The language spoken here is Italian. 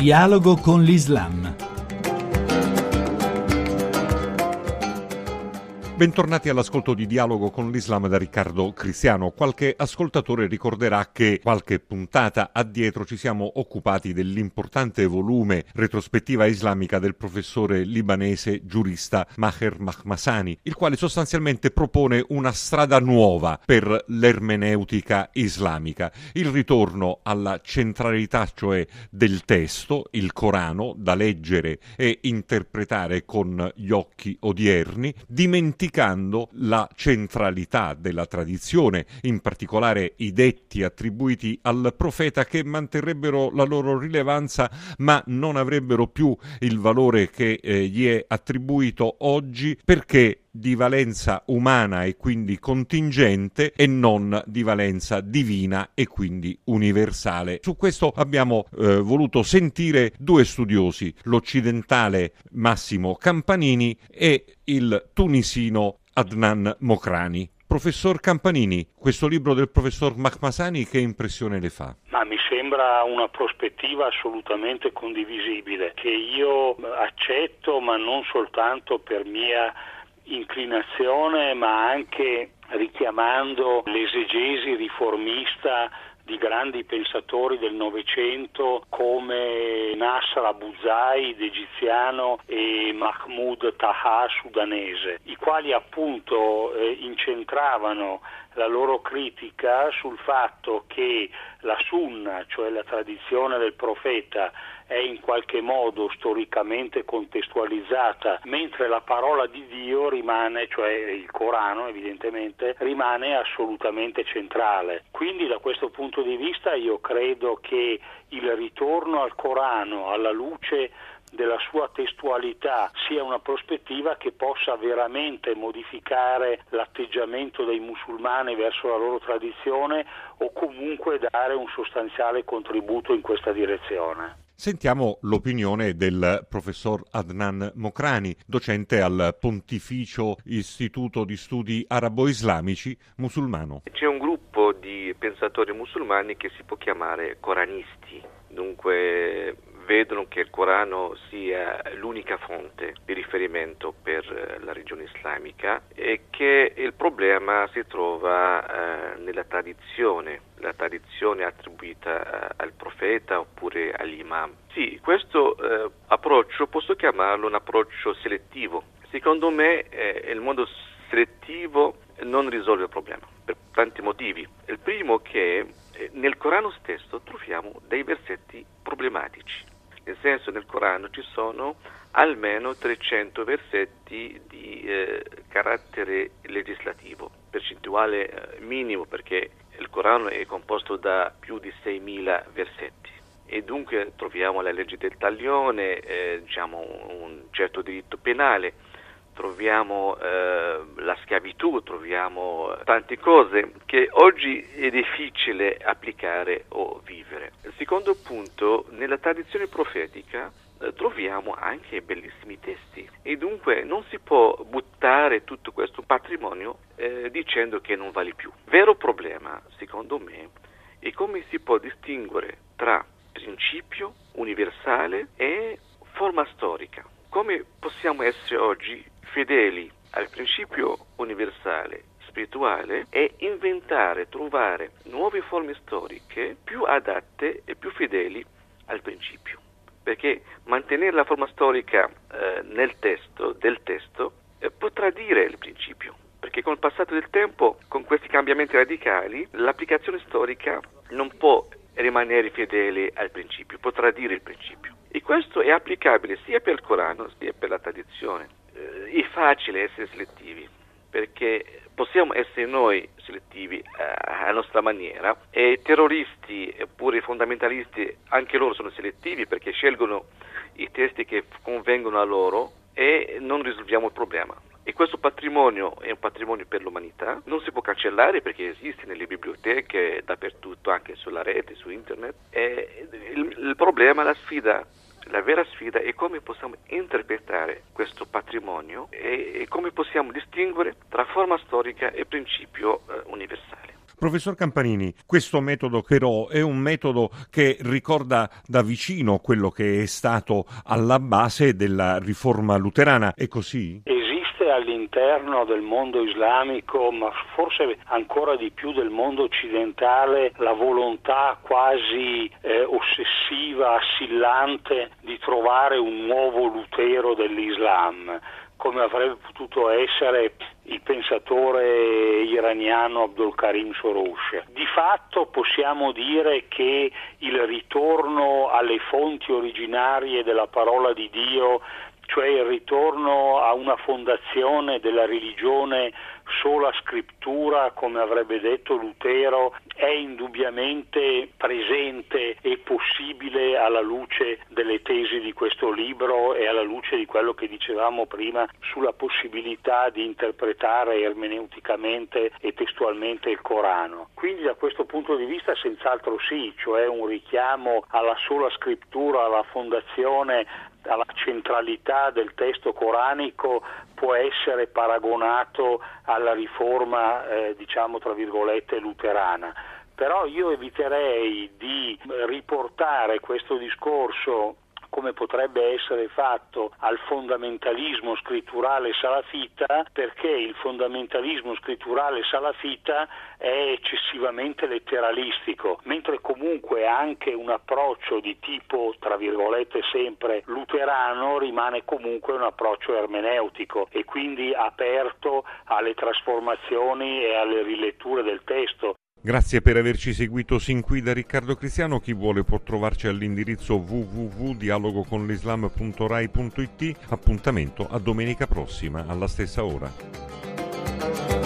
Dialogo con l'Islam. Bentornati all'ascolto di Dialogo con l'Islam da Riccardo Cristiano. Qualche ascoltatore ricorderà che qualche puntata addietro ci siamo occupati dell'importante volume Retrospettiva islamica del professore libanese giurista Maher Mahmasani, il quale sostanzialmente propone una strada nuova per l'ermeneutica islamica, il ritorno alla centralità, cioè del testo, il Corano, da leggere e interpretare con gli occhi odierni, dimenticando la centralità della tradizione, in particolare i detti attribuiti al profeta, che manterrebbero la loro rilevanza ma non avrebbero più il valore che gli è attribuito oggi, perché di valenza umana e quindi contingente e non di valenza divina e quindi universale. Su questo abbiamo voluto sentire due studiosi, l'occidentale Massimo Campanini e il tunisino Adnan Mokrani. Professor Campanini, questo libro del professor Mahmasani che impressione le fa? Ma mi sembra una prospettiva assolutamente condivisibile, che io accetto, ma non soltanto per mia inclinazione, ma anche richiamando l'esegesi riformista di grandi pensatori del Novecento come Nasr Abu Zaid egiziano e Mahmoud Taha sudanese, i quali appunto incentravano la loro critica sul fatto che la sunna, cioè la tradizione del profeta, è in qualche modo storicamente contestualizzata, mentre la parola di Dio rimane, cioè il Corano evidentemente, rimane assolutamente centrale. Quindi da questo punto di vista io credo che il ritorno al Corano alla luce della sua testualità sia una prospettiva che possa veramente modificare l'atteggiamento dei musulmani verso la loro tradizione o comunque dare un sostanziale contributo in questa direzione. Sentiamo l'opinione del professor Adnan Mokrani, docente al Pontificio Istituto di Studi Arabo-Islamici musulmano. C'è un gruppo di pensatori musulmani che si può chiamare coranisti, dunque vedono che il Corano sia l'unica fonte di riferimento per la religione islamica e che il problema si trova nella tradizione, la tradizione attribuita al profeta oppure all'imam. Sì, questo approccio posso chiamarlo un approccio selettivo. Secondo me il modo selettivo non risolve il problema per tanti motivi. Il primo che nel Corano stesso troviamo dei versetti problematici. Nel senso, nel Corano ci sono almeno 300 versetti di carattere legislativo, percentuale minimo, perché il Corano è composto da più di 6.000 versetti e dunque troviamo la legge del taglione, un certo diritto penale, troviamo la schiavitù, troviamo tante cose che oggi è difficile applicare o vivere. Il secondo punto, nella tradizione profetica troviamo anche bellissimi testi e dunque non si può buttare tutto questo patrimonio dicendo che non vale più. Vero problema, secondo me, è come si può distinguere tra principio universale e forma storica. Come possiamo essere oggi fedeli al principio universale spirituale e inventare, trovare nuove forme storiche più adatte e più fedeli al principio. Perché mantenere la forma storica del testo può tradire il principio. Perché con il passato del tempo, con questi cambiamenti radicali, l'applicazione storica non può rimanere fedele al principio, può tradire il principio. E questo è applicabile sia per il Corano sia per la tradizione. È facile essere selettivi, perché possiamo essere noi selettivi a nostra maniera e terroristi oppure fondamentalisti anche loro sono selettivi perché scelgono i testi che convengono a loro e non risolviamo il problema. E questo patrimonio è un patrimonio per l'umanità, non si può cancellare perché esiste nelle biblioteche, dappertutto, anche sulla rete, su internet. E il problema, la vera sfida è come possiamo interpretare questo patrimonio e come possiamo distinguere tra forma storica e principio universale. Professor Campanini, questo metodo però è un metodo che ricorda da vicino quello che è stato alla base della riforma luterana, è così? Esiste all'interno del mondo islamico, ma forse ancora di più del mondo occidentale, la volontà quasi ossessiva, assillante di trovare un nuovo Lutero dell'Islam, come avrebbe potuto essere il pensatore iraniano Abdul Karim Soroush. Di fatto possiamo dire che il ritorno alle fonti originarie della parola di Dio, cioè il ritorno a una fondazione della religione sola scrittura, come avrebbe detto Lutero, è indubbiamente presente e possibile alla luce delle tesi di questo libro e alla luce di quello che dicevamo prima sulla possibilità di interpretare ermeneuticamente e testualmente il Corano. Quindi da questo punto di vista senz'altro sì, cioè un richiamo alla sola scrittura, alla fondazione, alla centralità del testo coranico può essere paragonato alla riforma, diciamo tra virgolette, luterana. Però io eviterei di riportare questo discorso, come potrebbe essere fatto, al fondamentalismo scritturale salafita, perché il fondamentalismo scritturale salafita è eccessivamente letteralistico, mentre comunque anche un approccio di tipo, tra virgolette sempre, luterano rimane comunque un approccio ermeneutico e quindi aperto alle trasformazioni e alle riletture del testo. Grazie per averci seguito sin qui da Riccardo Cristiano. Chi vuole può trovarci all'indirizzo www.dialogoconlislam.rai.it. Appuntamento a domenica prossima alla stessa ora.